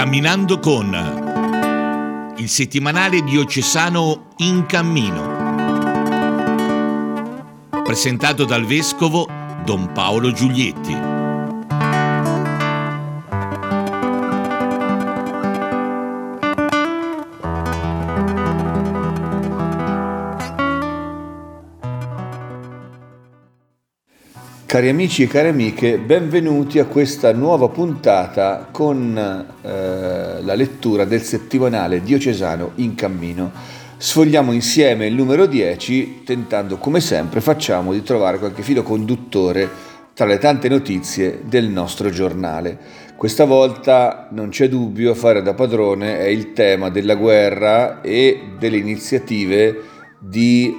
Camminando con il settimanale diocesano In Cammino, presentato dal vescovo Don Paolo Giulietti. Cari amici e cari amiche, benvenuti a questa nuova puntata con la lettura del settimanale diocesano In Cammino. Sfogliamo insieme il numero 10, tentando come sempre facciamo di trovare qualche filo conduttore tra le tante notizie del nostro giornale. Questa volta non c'è dubbio, a fare da padrone è il tema della guerra e delle iniziative di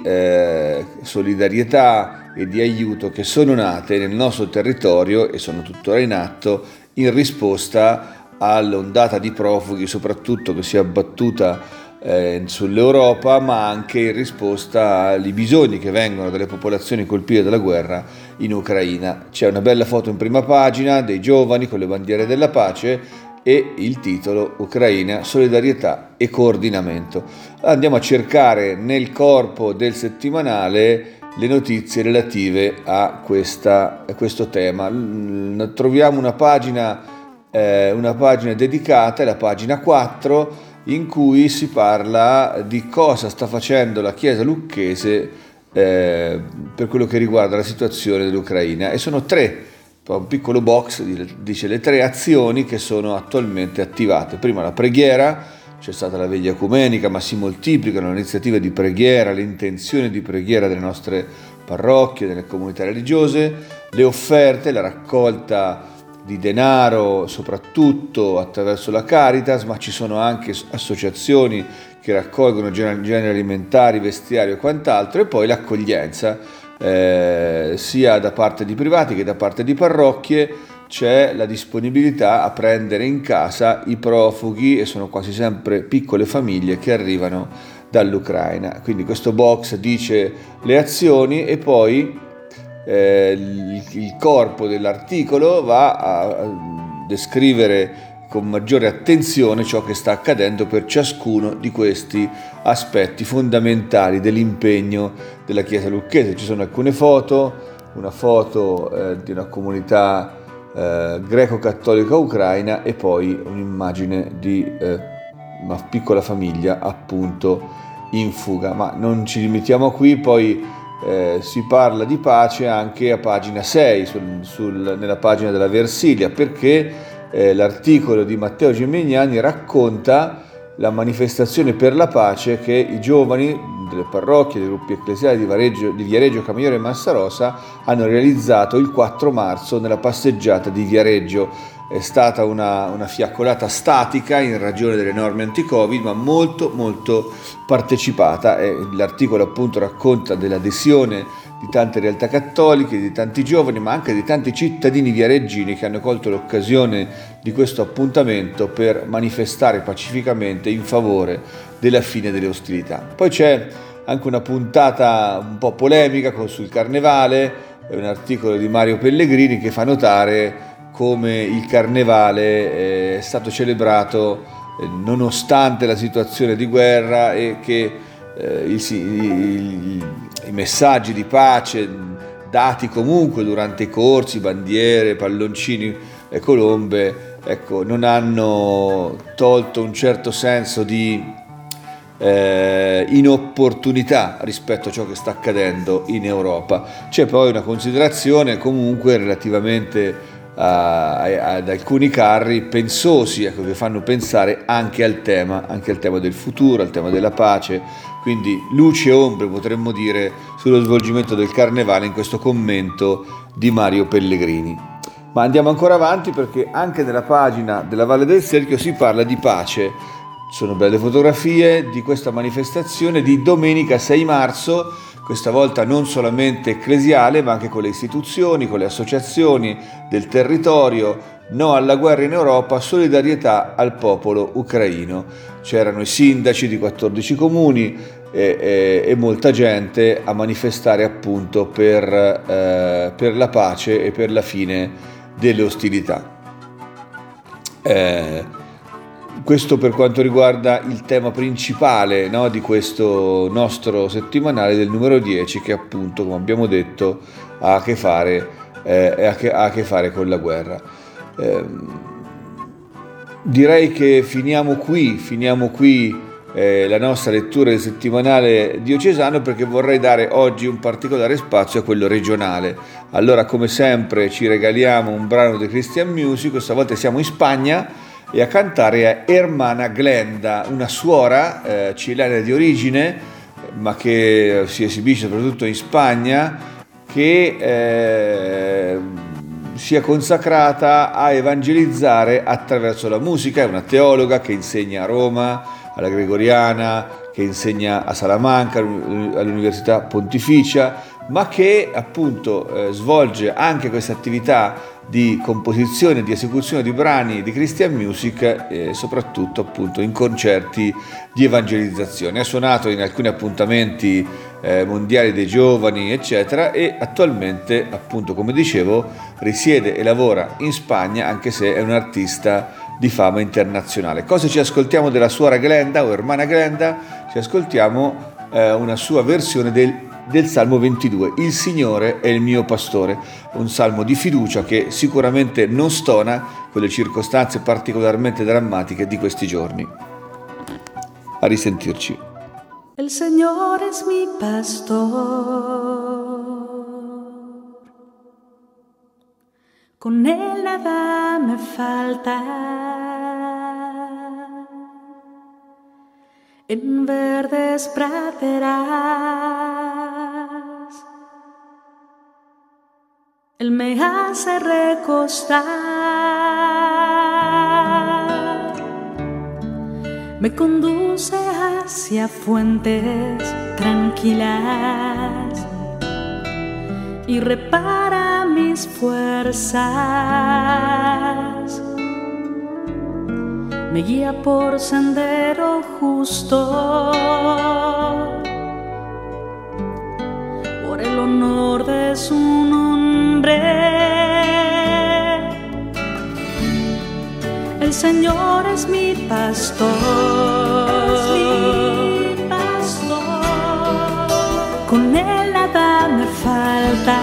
solidarietà e di aiuto che sono nate nel nostro territorio e sono tuttora in atto in risposta all'ondata di profughi, soprattutto che si è abbattuta sull'Europa, ma anche in risposta ai bisogni che vengono dalle popolazioni colpite dalla guerra in Ucraina. C'è una bella foto in prima pagina dei giovani con le bandiere della pace e il titolo Ucraina, solidarietà e coordinamento. Andiamo a cercare nel corpo del settimanale le notizie relative a questo tema. Troviamo una pagina dedicata, la pagina 4, in cui si parla di cosa sta facendo la Chiesa lucchese per quello che riguarda la situazione dell'Ucraina, e sono tre, un piccolo box dice le tre azioni che sono attualmente attivate. Prima la preghiera, c'è stata la veglia ecumenica, ma si moltiplicano le iniziative di preghiera, le intenzioni di preghiera delle nostre parrocchie, delle comunità religiose, le offerte, la raccolta di denaro soprattutto attraverso la Caritas, ma ci sono anche associazioni che raccolgono generi alimentari, vestiario e quant'altro, e poi l'accoglienza, sia da parte di privati che da parte di parrocchie. C'è la disponibilità a prendere in casa i profughi, e sono quasi sempre piccole famiglie che arrivano dall'Ucraina. Quindi questo box dice le azioni, e poi il corpo dell'articolo va a descrivere con maggiore attenzione ciò che sta accadendo per ciascuno di questi aspetti fondamentali dell'impegno della Chiesa lucchese. Ci sono alcune foto, una foto di una comunità greco-cattolica ucraina, e poi un'immagine di una piccola famiglia appunto in fuga. Ma non ci limitiamo qui, poi si parla di pace anche a pagina 6, nella pagina della Versilia, perché l'articolo di Matteo Gemignani racconta la manifestazione per la pace che i giovani delle parrocchie, dei gruppi ecclesiali di Viareggio, Camaiore e Massarosa hanno realizzato il 4 marzo nella passeggiata di Viareggio. È stata una fiaccolata statica in ragione delle norme anti-Covid, ma molto molto partecipata, e l'articolo appunto racconta dell'adesione di tante realtà cattoliche, di tanti giovani, ma anche di tanti cittadini viareggini che hanno colto l'occasione di questo appuntamento per manifestare pacificamente in favore della fine delle ostilità. Poi c'è anche una puntata un po' polemica sul carnevale, un articolo di Mario Pellegrini che fa notare come il carnevale è stato celebrato nonostante la situazione di guerra, e che i messaggi di pace dati comunque durante i corsi, bandiere, palloncini e colombe, non hanno tolto un certo senso di inopportunità rispetto a ciò che sta accadendo in Europa. C'è poi una considerazione comunque relativamente ad alcuni carri pensosi, che fanno pensare anche al tema del futuro, al tema della pace. Quindi luci e ombre, potremmo dire, sullo svolgimento del carnevale in questo commento di Mario Pellegrini. Ma andiamo ancora avanti, perché anche nella pagina della Valle del Selchio si parla di pace. Sono belle fotografie di questa manifestazione di domenica 6 marzo, questa volta non solamente ecclesiale, ma anche con le istituzioni, con le associazioni del territorio. No alla guerra in Europa, solidarietà al popolo ucraino. C'erano i sindaci di 14 comuni e molta gente a manifestare appunto per la pace e per la fine delle ostilità. Questo per quanto riguarda il tema principale, no, di questo nostro settimanale del numero 10, che appunto, come abbiamo detto, ha a che fare con la guerra. Direi che finiamo qui la nostra lettura del settimanale diocesano, perché vorrei dare oggi un particolare spazio a quello regionale. Allora, come sempre, ci regaliamo un brano di Christian Music. Questa volta siamo in Spagna e a cantare è Hermana Glenda, una suora cilena di origine, ma che si esibisce soprattutto in Spagna, che si è consacrata a evangelizzare attraverso la musica. È una teologa che insegna a Roma, alla Gregoriana, che insegna a Salamanca, all'Università Pontificia, ma che appunto svolge anche questa attività di composizione, di esecuzione di brani di Christian Music, e soprattutto appunto in concerti di evangelizzazione. Ha suonato in alcuni appuntamenti mondiali dei giovani, eccetera, e attualmente, appunto, come dicevo, risiede e lavora in Spagna, anche se è un artista di fama internazionale. Cosa ci ascoltiamo della suora Glenda o Hermana Glenda? Ci ascoltiamo una sua versione del Salmo 22, Il Signore è il mio pastore, un salmo di fiducia che sicuramente non stona con le circostanze particolarmente drammatiche di questi giorni. A risentirci. El Señor es mi pastor, con él nada me falta. En verdes praderas él me hace recostar, me conduce hacia fuentes tranquilas y repara mis fuerzas. Me guía por sendero justo, por el honor de su nombre. El Señor es mi pastor, con él nada me falta.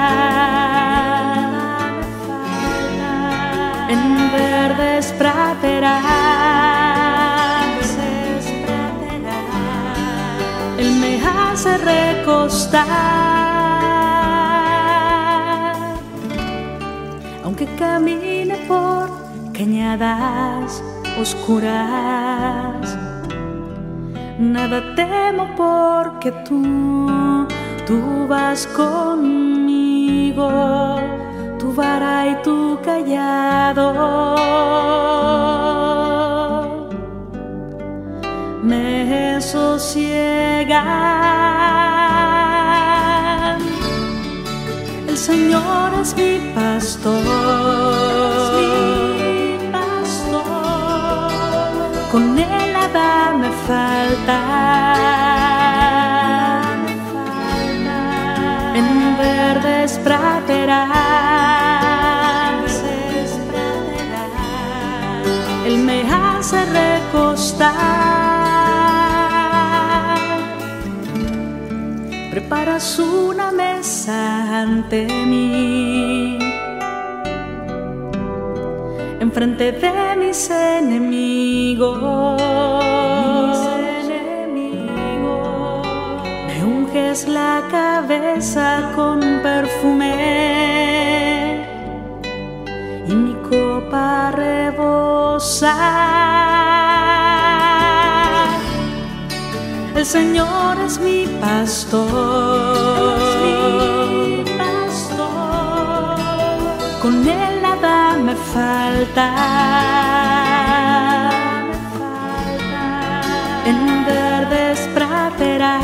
En verdes praderas él me hace recostar, aunque camine por cañadas oscuras, nada temo porque tú vas conmigo, tu vara y tu callado me sosiegan. El Señor es mi pastor, con él nada me falta. En verdes praderas él me hace recostar. Preparas una mesa ante mí, enfrente de mis enemigos. Me unges la cabeza con perfume y mi copa rebosa. El Señor es mi pastor, con él nada me falta. En verdes praderas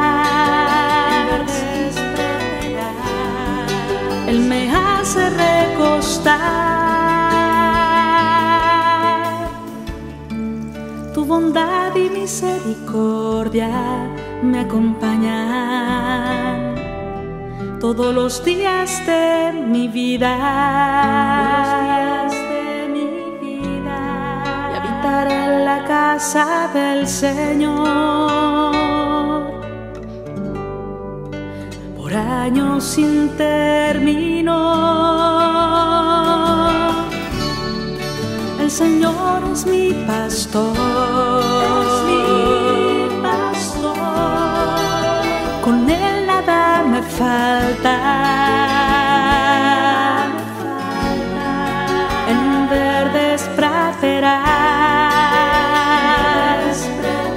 él me hace recostar. Tu bondad y misericordia me acompañan todos los días de mi vida, y habitaré casa del Señor por años sin término. El Señor es mi pastor, con Él nada me falta. En verdes praderas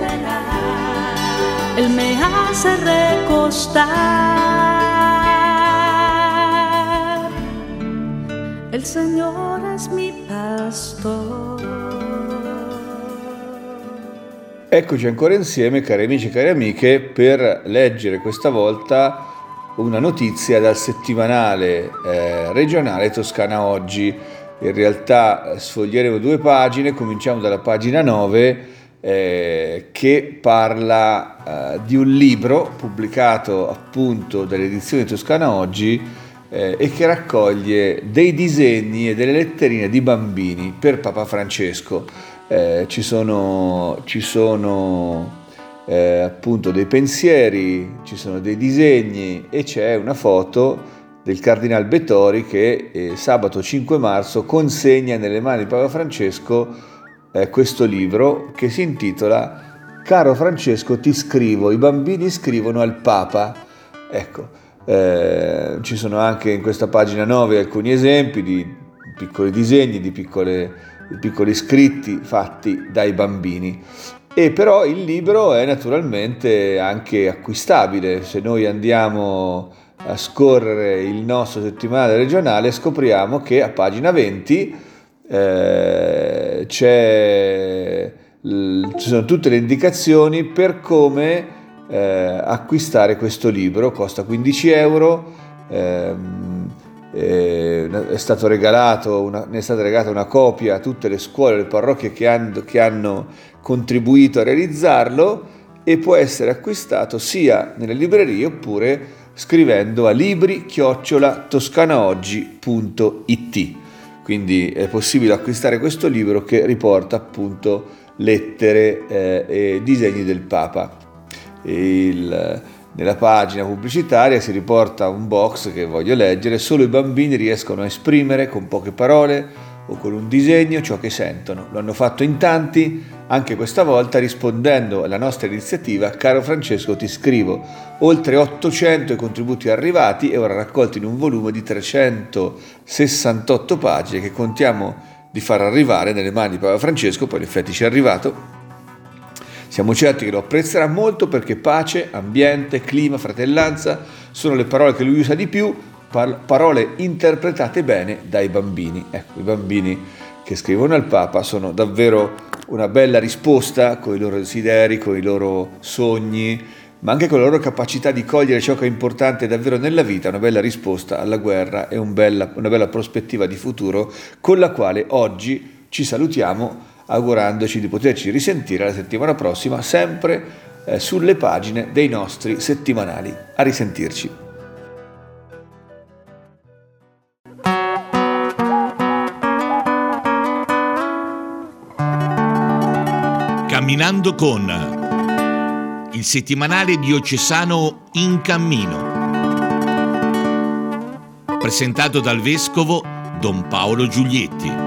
Él me hace recostar. El Señor es mi pastor. Eccoci ancora insieme, cari amici e cari amiche, per leggere questa volta una notizia dal settimanale regionale Toscana Oggi. In realtà sfoglieremo 2 pagine, cominciamo dalla pagina 9 che parla di un libro pubblicato appunto dall'edizione Toscana Oggi e che raccoglie dei disegni e delle letterine di bambini per Papa Francesco. Ci sono appunto dei pensieri, ci sono dei disegni e c'è una foto del Cardinal Bettori che sabato 5 marzo consegna nelle mani di Papa Francesco questo libro che si intitola Caro Francesco, ti scrivo, i bambini scrivono al Papa. Ecco, ci sono anche in questa pagina 9 alcuni esempi di piccoli disegni, di piccoli scritti fatti dai bambini. E però il libro è naturalmente anche acquistabile. Se noi andiamo a scorrere il nostro settimanale regionale scopriamo che a pagina 20 ci sono tutte le indicazioni per come acquistare questo libro. Costa 15 euro, ne è stata regalata una copia a tutte le scuole e le parrocchie che hanno contribuito a realizzarlo e può essere acquistato sia nelle librerie oppure scrivendo a libri@toscanaoggi.it. Quindi è possibile acquistare questo libro che riporta appunto lettere e disegni del Papa. Nella pagina pubblicitaria si riporta un box che voglio leggere: solo i bambini riescono a esprimere con poche parole o con un disegno ciò che sentono. Lo hanno fatto in tanti, anche questa volta rispondendo alla nostra iniziativa Caro Francesco, ti scrivo. Oltre 800 i contributi arrivati e ora raccolti in un volume di 368 pagine che contiamo di far arrivare nelle mani di Papa Francesco. Poi in effetti ci è arrivato. Siamo certi che lo apprezzerà molto perché pace, ambiente, clima, fratellanza sono le parole che lui usa di più, parole interpretate bene dai bambini. Ecco, i bambini che scrivono al Papa sono davvero una bella risposta con i loro desideri, con i loro sogni, ma anche con la loro capacità di cogliere ciò che è importante davvero nella vita, una bella risposta alla guerra e una bella prospettiva di futuro con la quale oggi ci salutiamo, augurandoci di poterci risentire la settimana prossima, sempre sulle pagine dei nostri settimanali. A risentirci. Camminando con il settimanale diocesano In Cammino, presentato dal vescovo Don Paolo Giuglietti.